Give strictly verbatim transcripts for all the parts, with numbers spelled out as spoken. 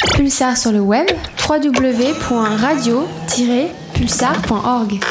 Pulsar sur le web, w w w point radio tiret pulsar point org.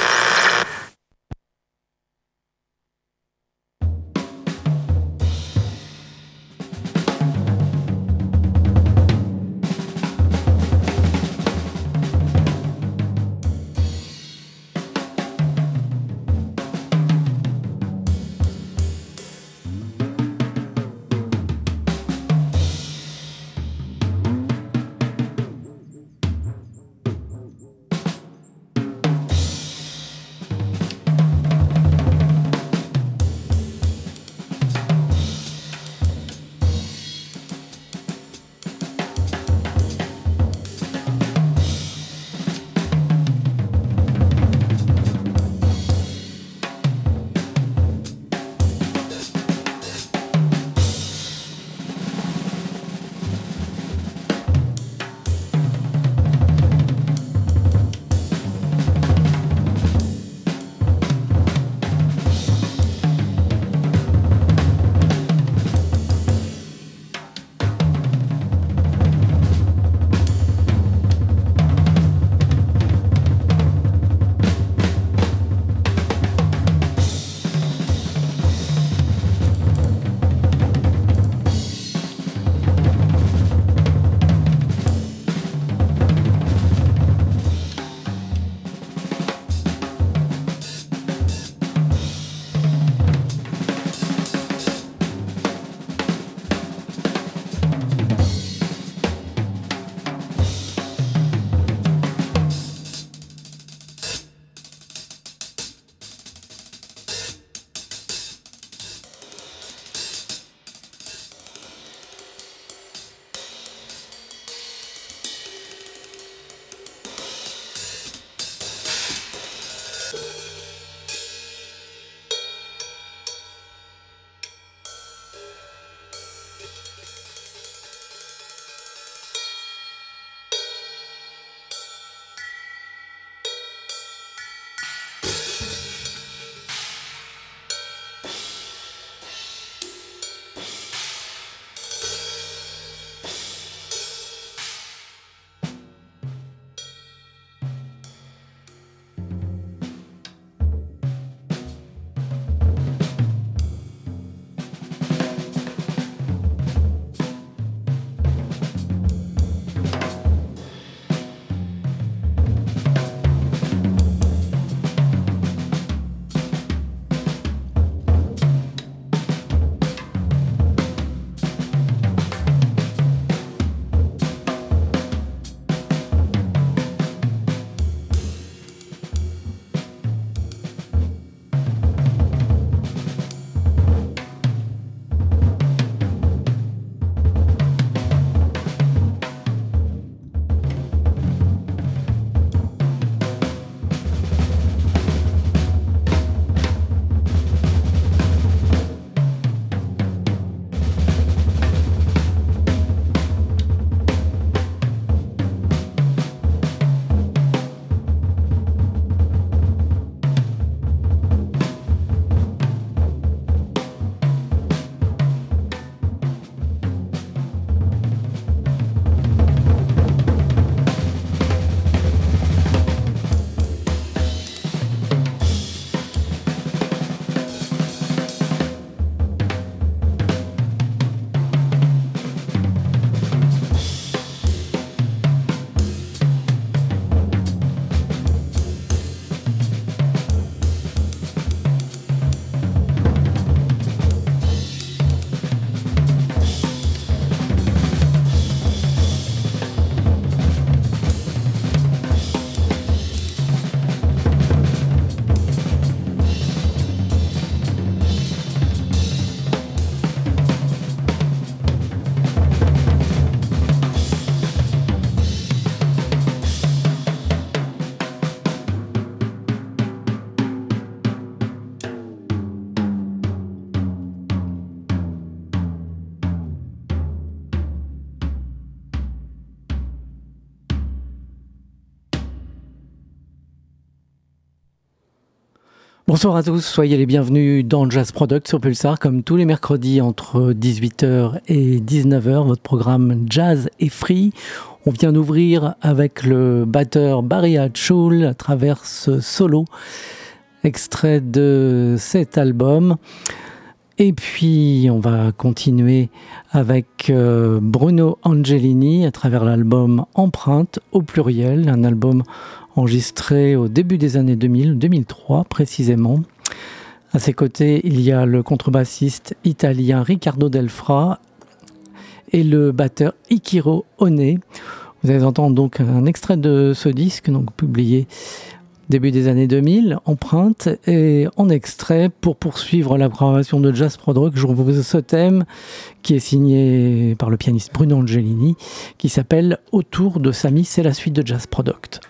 Bonsoir à tous, soyez les bienvenus dans Jazz Product sur Pulsar, comme tous les mercredis entre dix-huit heures et dix-neuf heures, votre programme Jazz et Free. On vient d'ouvrir avec le batteur Barry Hatchell à travers ce solo, extrait de cet album. Et puis on va continuer avec euh, Bruno Angelini à travers l'album Empreinte au pluriel, un album enregistré au début des années deux mille, deux mille trois précisément. À ses côtés, il y a le contrebassiste italien Riccardo Delfra et le batteur Ikiro One. Vous allez entendre donc un extrait de ce disque, donc publié début des années deux mille, Empreinte, et en extrait pour poursuivre la programmation de Jazz Product. Je vous propose ce thème qui est signé par le pianiste Bruno Angelini, qui s'appelle Autour de Samy. C'est la suite de Jazz Product.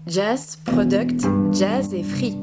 Jazz, Product, Jazz et Free.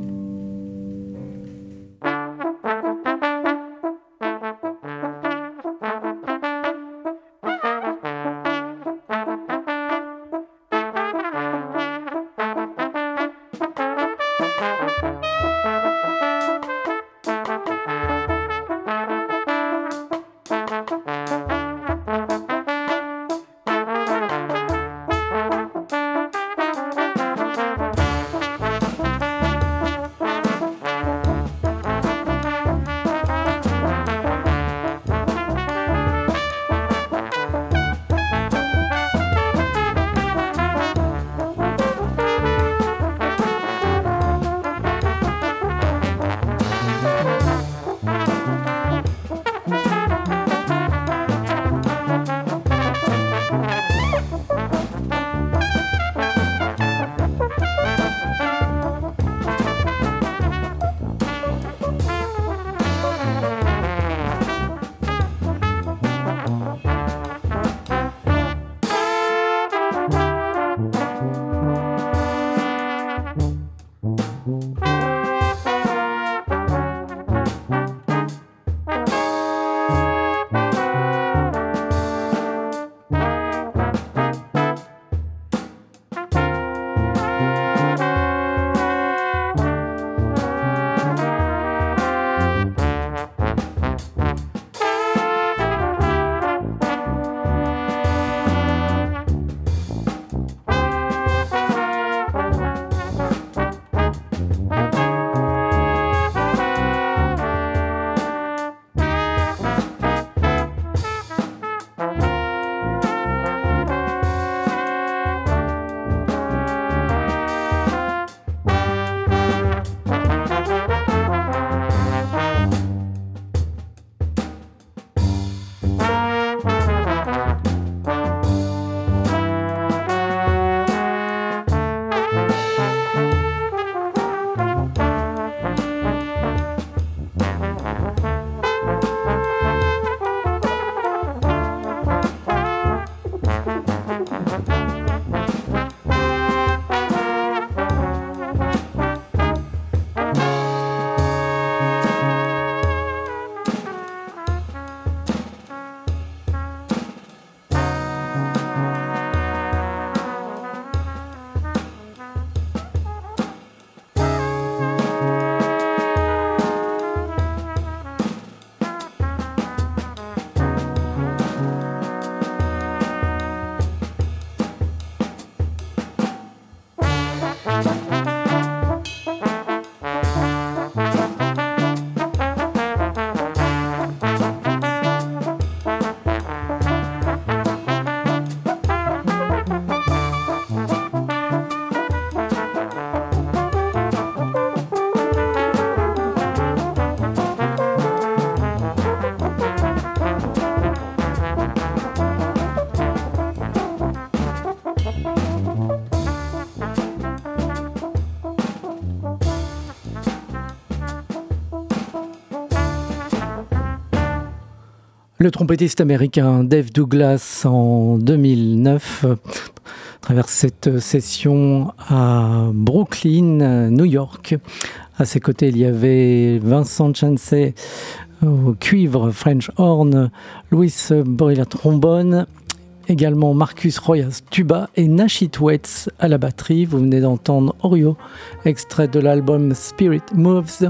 Le trompettiste américain Dave Douglas en deux mille neuf à travers cette session à Brooklyn, New York. À ses côtés, il y avait Vincent Chancey au cuivre, French horn, Louis Borilla trombone, également Marcus Royas tuba et Nashit Wetz à la batterie. Vous venez d'entendre Oreo, extrait de l'album Spirit Moves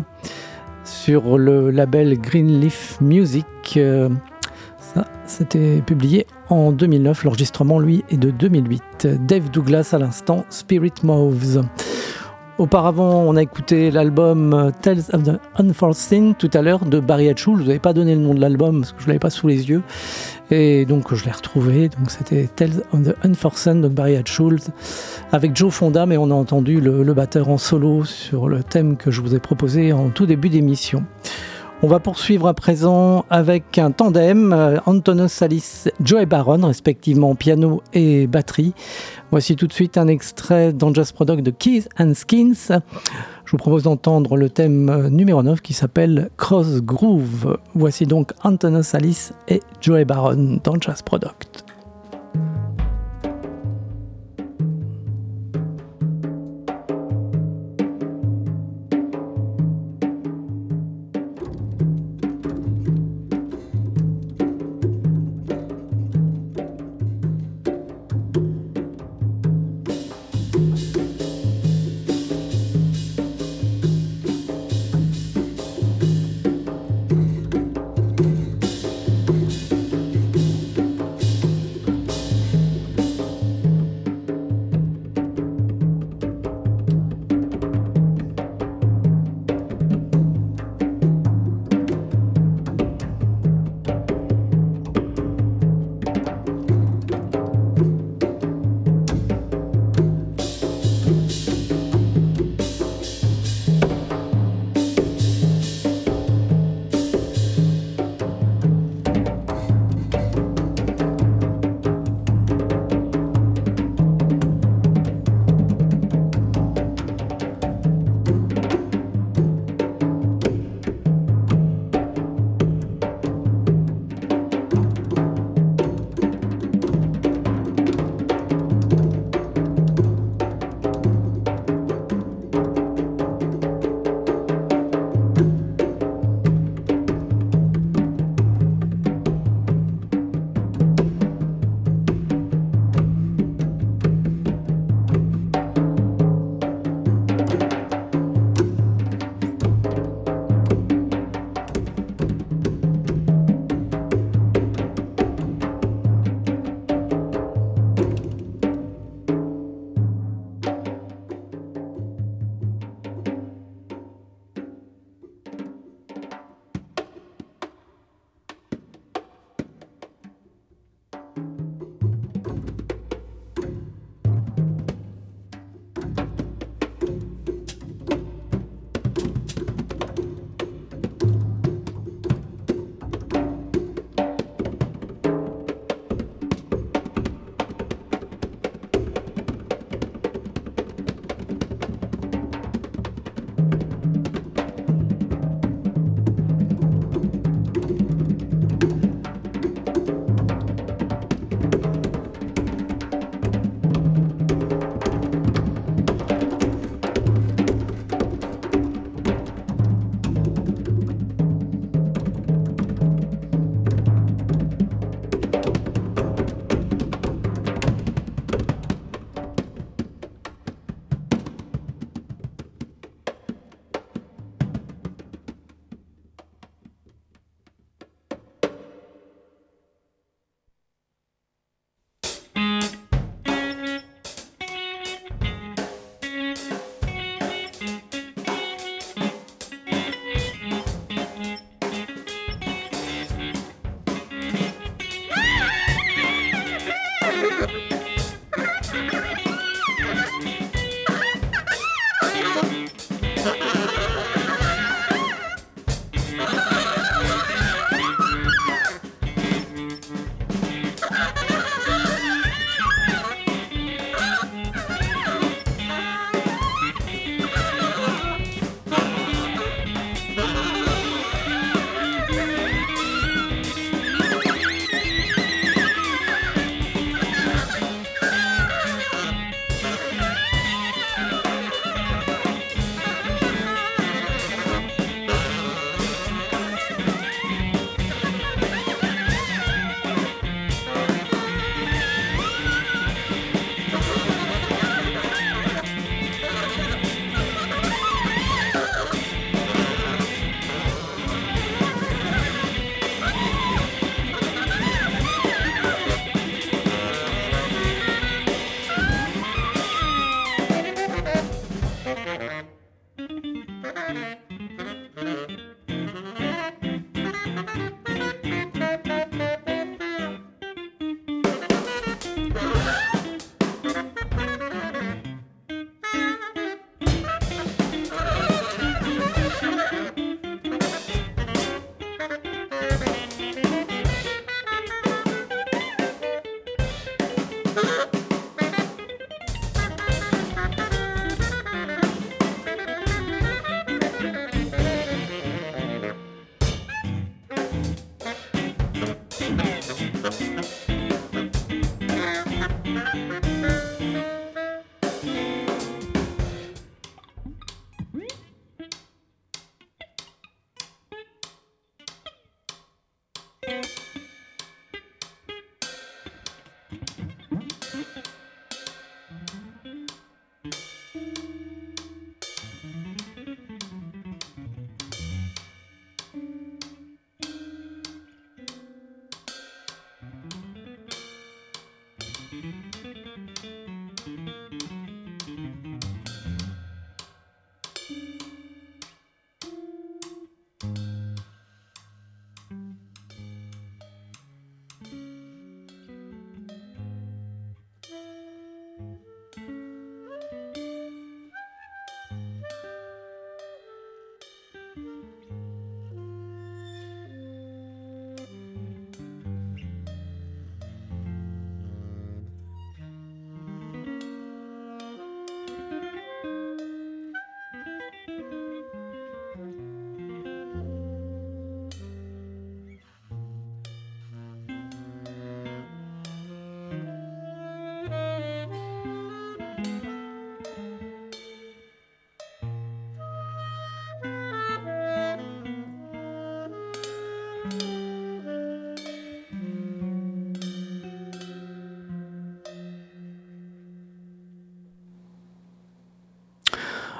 sur le label Greenleaf Music. Ça, c'était publié en deux mille neuf. L'enregistrement, lui, est de deux mille huit. Dave Douglas à l'instant, Spirit Moves. Auparavant, on a écouté l'album Tales of the Unforeseen tout à l'heure de Barry Hatchell. Je ne vous avais pas donné le nom de l'album parce que je ne l'avais pas sous les yeux. Et donc, je l'ai retrouvé. Donc, c'était Tales of the Unforeseen de Barry Hatchell avec Joe Fonda, mais on a entendu le, le batteur en solo sur le thème que je vous ai proposé en tout début d'émission. On va poursuivre à présent avec un tandem, euh, Antonos Salis, Joey Baron, respectivement piano et batterie. Voici tout de suite un extrait dans Jazz Product de Keys and Skins. Je vous propose d'entendre le thème numéro neuf qui s'appelle Cross Groove. Voici donc Antonos Salis et Joey Baron dans Jazz Product.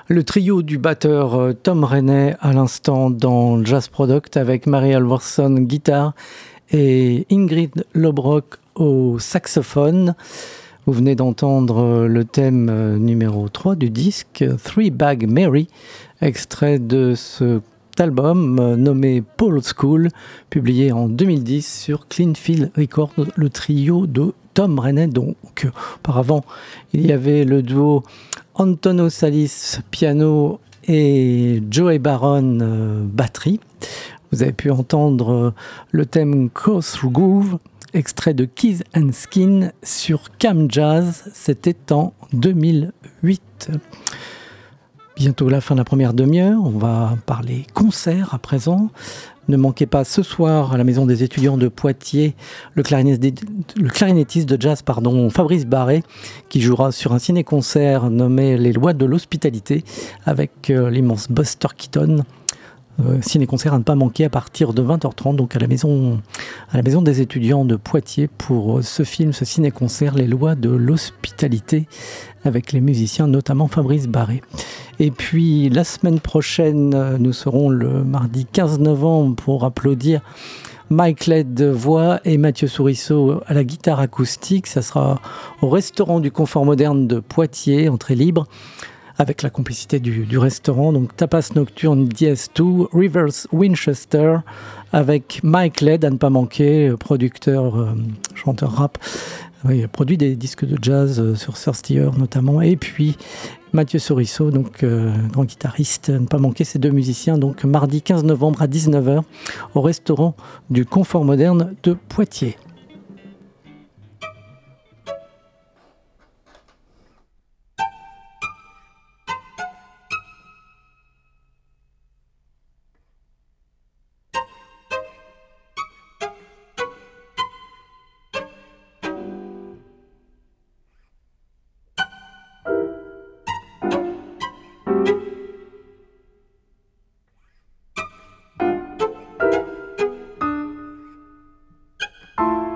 Le trio du batteur Tom Rainey à l'instant dans Jazz Product avec Mary Alverson guitare et Ingrid Lobrock au saxophone. Vous venez d'entendre le thème numéro trois du disque Three Bag Mary, extrait de cet album nommé Paul School, publié en deux mille dix sur Cleanfield Records, le trio de Tom Rainey. Donc, auparavant, il y avait le duo Antonio Salis, piano, et Joey Baron, euh, batterie. Vous avez pu entendre le thème Cross Groove, extrait de Keys and Skin sur Cam Jazz, c'était en deux mille huit. Bientôt la fin de la première demi-heure, on va parler concert à présent. Ne manquez pas ce soir à la Maison des étudiants de Poitiers le clarinettiste, le clarinettiste de jazz pardon, Fabrice Barré, qui jouera sur un ciné-concert nommé Les Lois de l'Hospitalité avec euh, l'immense Buster Keaton. Euh, ciné-concert à ne pas manquer à partir de vingt heures trente, donc à la maison, à la maison des étudiants de Poitiers pour ce film, ce ciné-concert Les Lois de l'Hospitalité, avec les musiciens, notamment Fabrice Barré. Et puis la semaine prochaine, nous serons le mardi quinze novembre pour applaudir Mike Led voix et Mathieu Sourisseau à la guitare acoustique. Ça sera au restaurant du Confort Moderne de Poitiers, entrée libre, avec la complicité du, du restaurant. Donc Tapas Nocturne D S deux, Rivers Winchester, avec Mike Led, à ne pas manquer, producteur, euh, chanteur rap. Oui, il a produit des disques de jazz euh, sur Thirstier notamment. Et puis Mathieu Sourisseau, donc euh, grand guitariste, à ne pas manquer ces deux musiciens. Donc mardi quinze novembre à dix-neuf heures au restaurant du Confort Moderne de Poitiers. Thank you.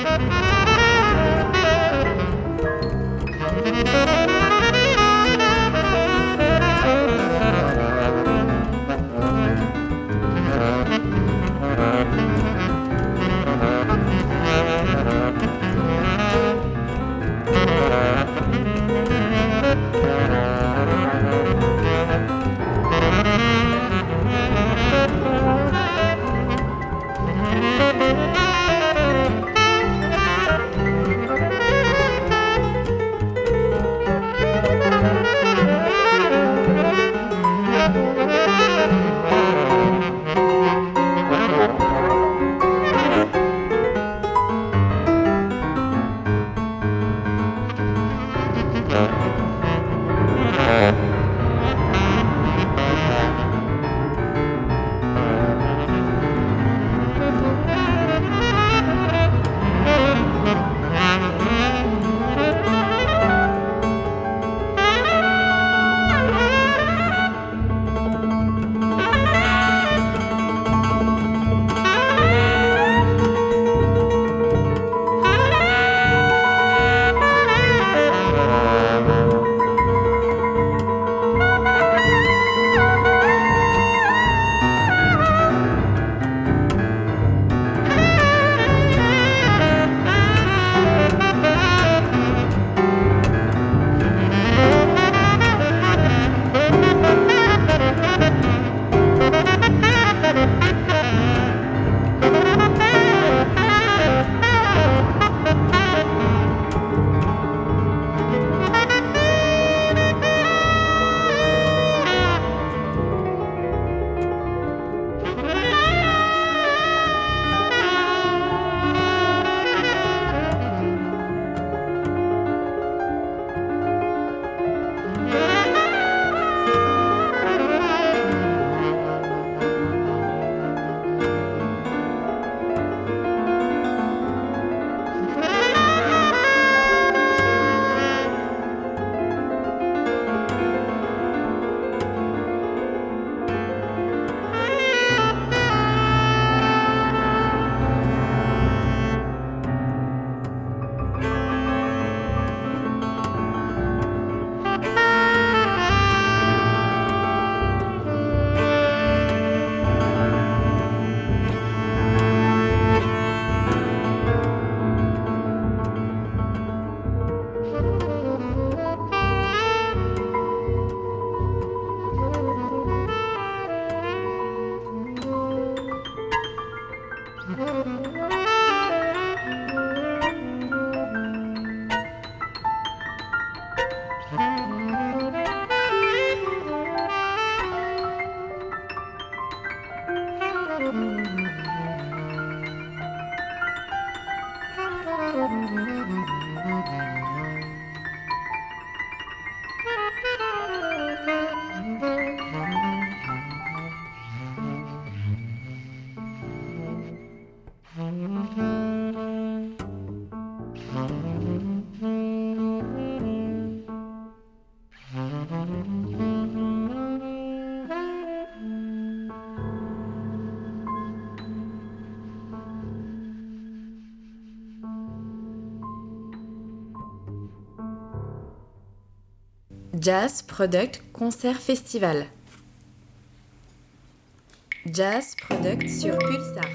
Jazz Product Concert Festival. Jazz Product sur Pulsar.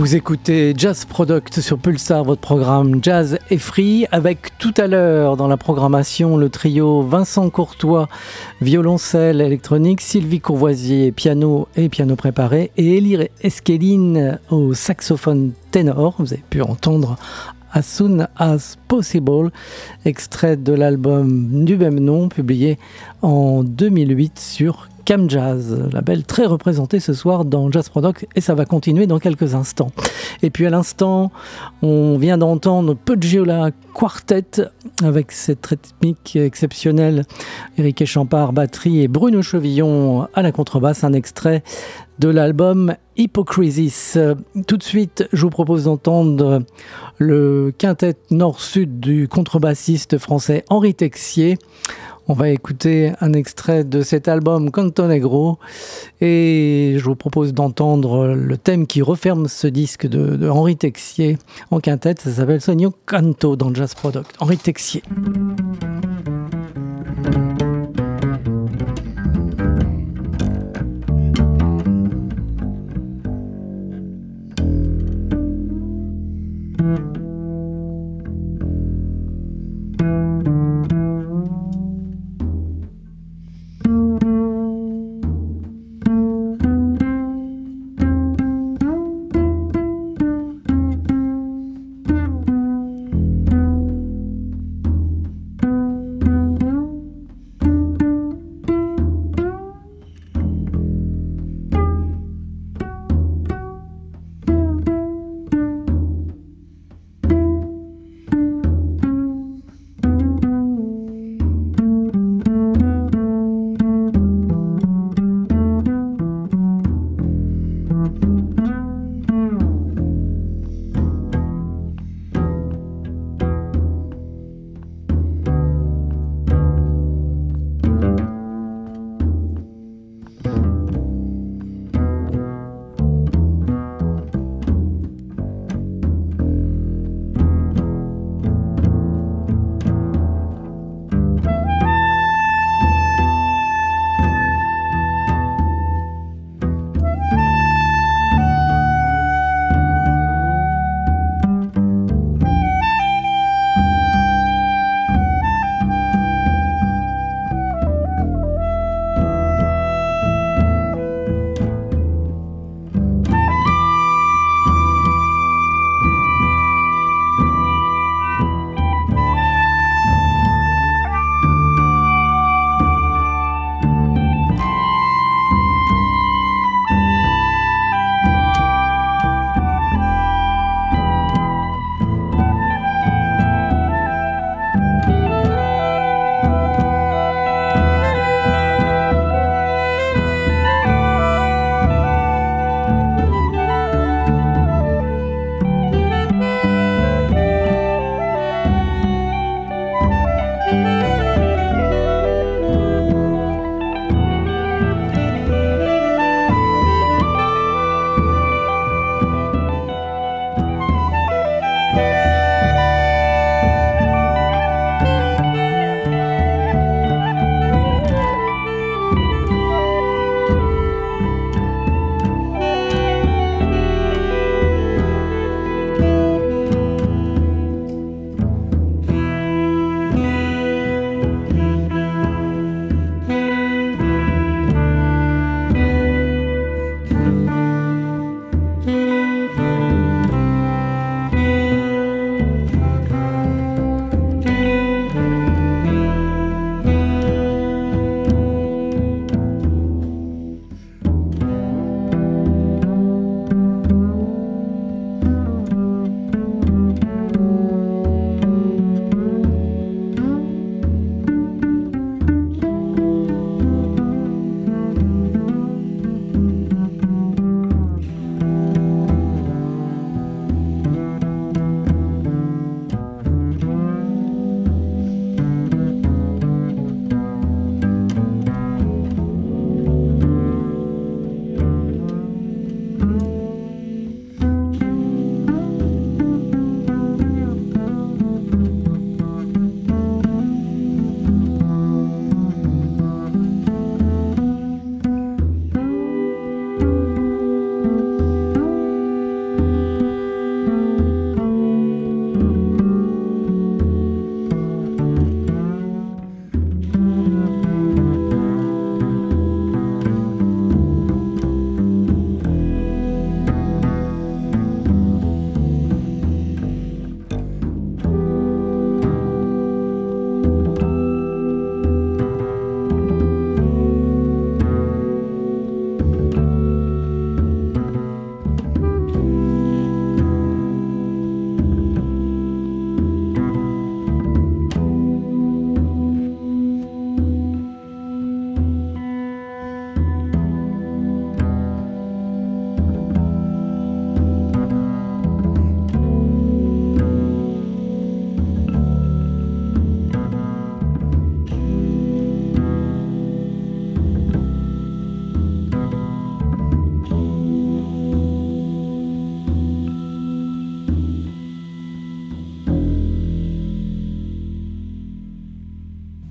Vous écoutez Jazz Product sur Pulsar, votre programme Jazz et Free, avec tout à l'heure dans la programmation le trio Vincent Courtois, violoncelle électronique, Sylvie Courvoisier, piano et piano préparé, et Elie Esqueline au saxophone ténor. Vous avez pu entendre As Soon As Possible, extrait de l'album du même nom, publié en deux mille huit sur Cam Jazz, label très représenté ce soir dans Jazz Product, et ça va continuer dans quelques instants. Et puis à l'instant, on vient d'entendre Poggiola Quartet avec cette rythmique exceptionnelle, Éric Champard batterie et Bruno Chevillon à la contrebasse, un extrait de l'album Hypocrisis. Tout de suite, je vous propose d'entendre le quintet nord-sud du contrebassiste français Henri Texier. On va écouter un extrait de cet album Canto Negro et je vous propose d'entendre le thème qui referme ce disque de, de Henri Texier en quintette. Ça s'appelle Sogno Canto dans Jazz Product. Henri Texier.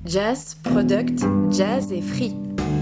Jazz, Product, Jazz et Free.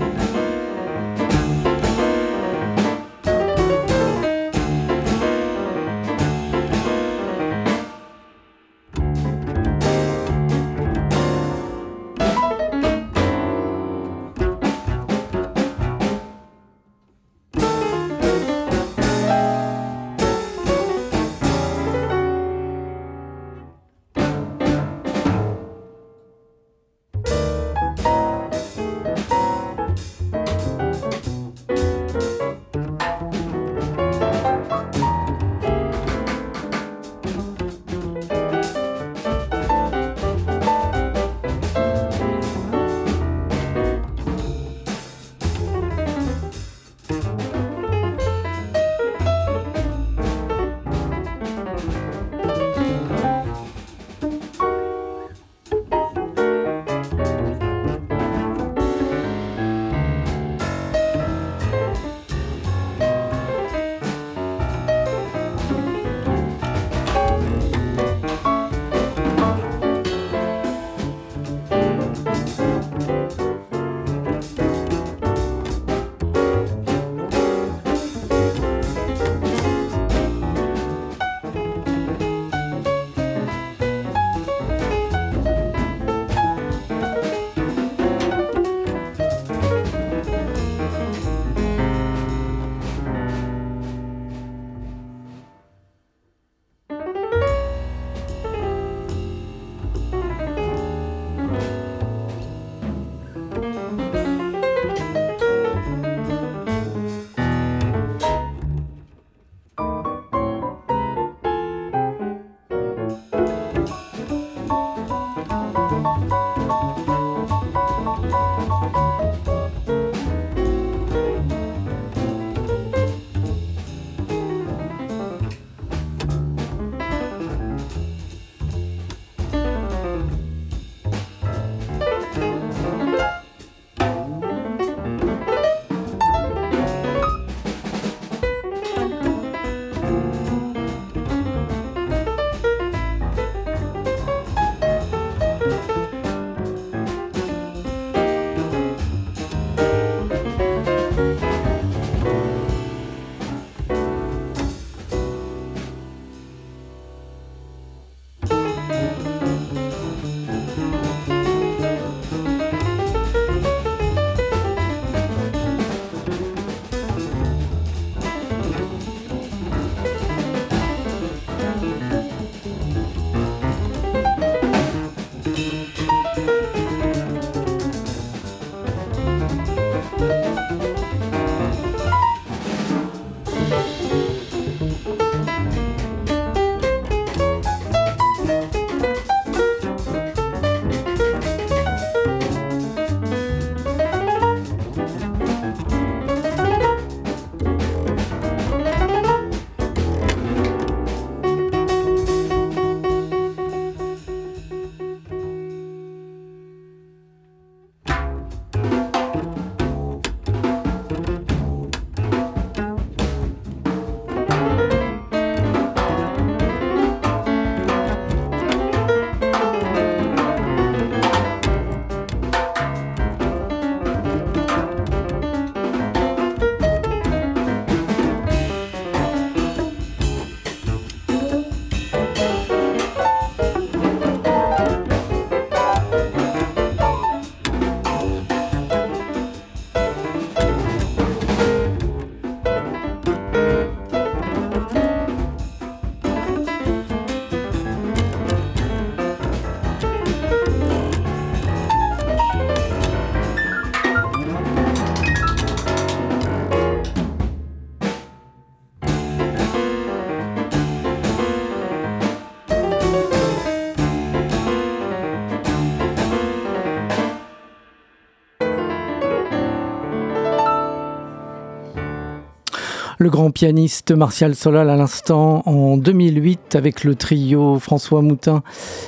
Le grand pianiste Martial Solal à l'instant en deux mille huit avec le trio François Moutin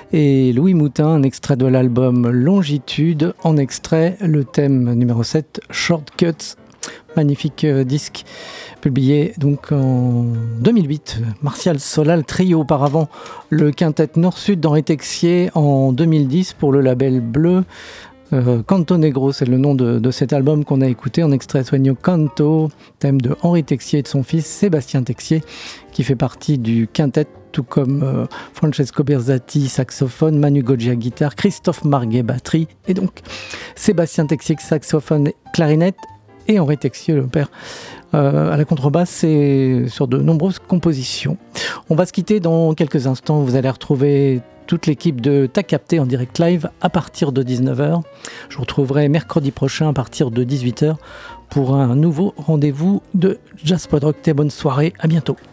et Louis Moutin, un extrait de l'album Longitude, en extrait le thème numéro sept, Shortcuts. magnifique euh, disque publié donc en deux mille huit. Martial Solal Trio, auparavant le quintet Nord-Sud d'Henri Texier en deux mille dix pour le label Bleu. Euh, Canto Negro, c'est le nom de, de cet album qu'on a écouté en extrait Sueño Canto, thème de Henri Texier et de son fils Sébastien Texier, qui fait partie du quintet, tout comme euh, Francesco Berzati, saxophone, Manu Goggia, guitare, Christophe Marguet, batterie, et donc Sébastien Texier, saxophone, clarinette, et Henri Texier, le père, euh, à la contrebasse et sur de nombreuses compositions. On va se quitter dans quelques instants. Vous allez retrouver toute l'équipe de T'as capté en direct live à partir de dix-neuf heures. Je vous retrouverai mercredi prochain à partir de dix-huit heures pour un nouveau rendez-vous de Jazz Product. Et bonne soirée, à bientôt.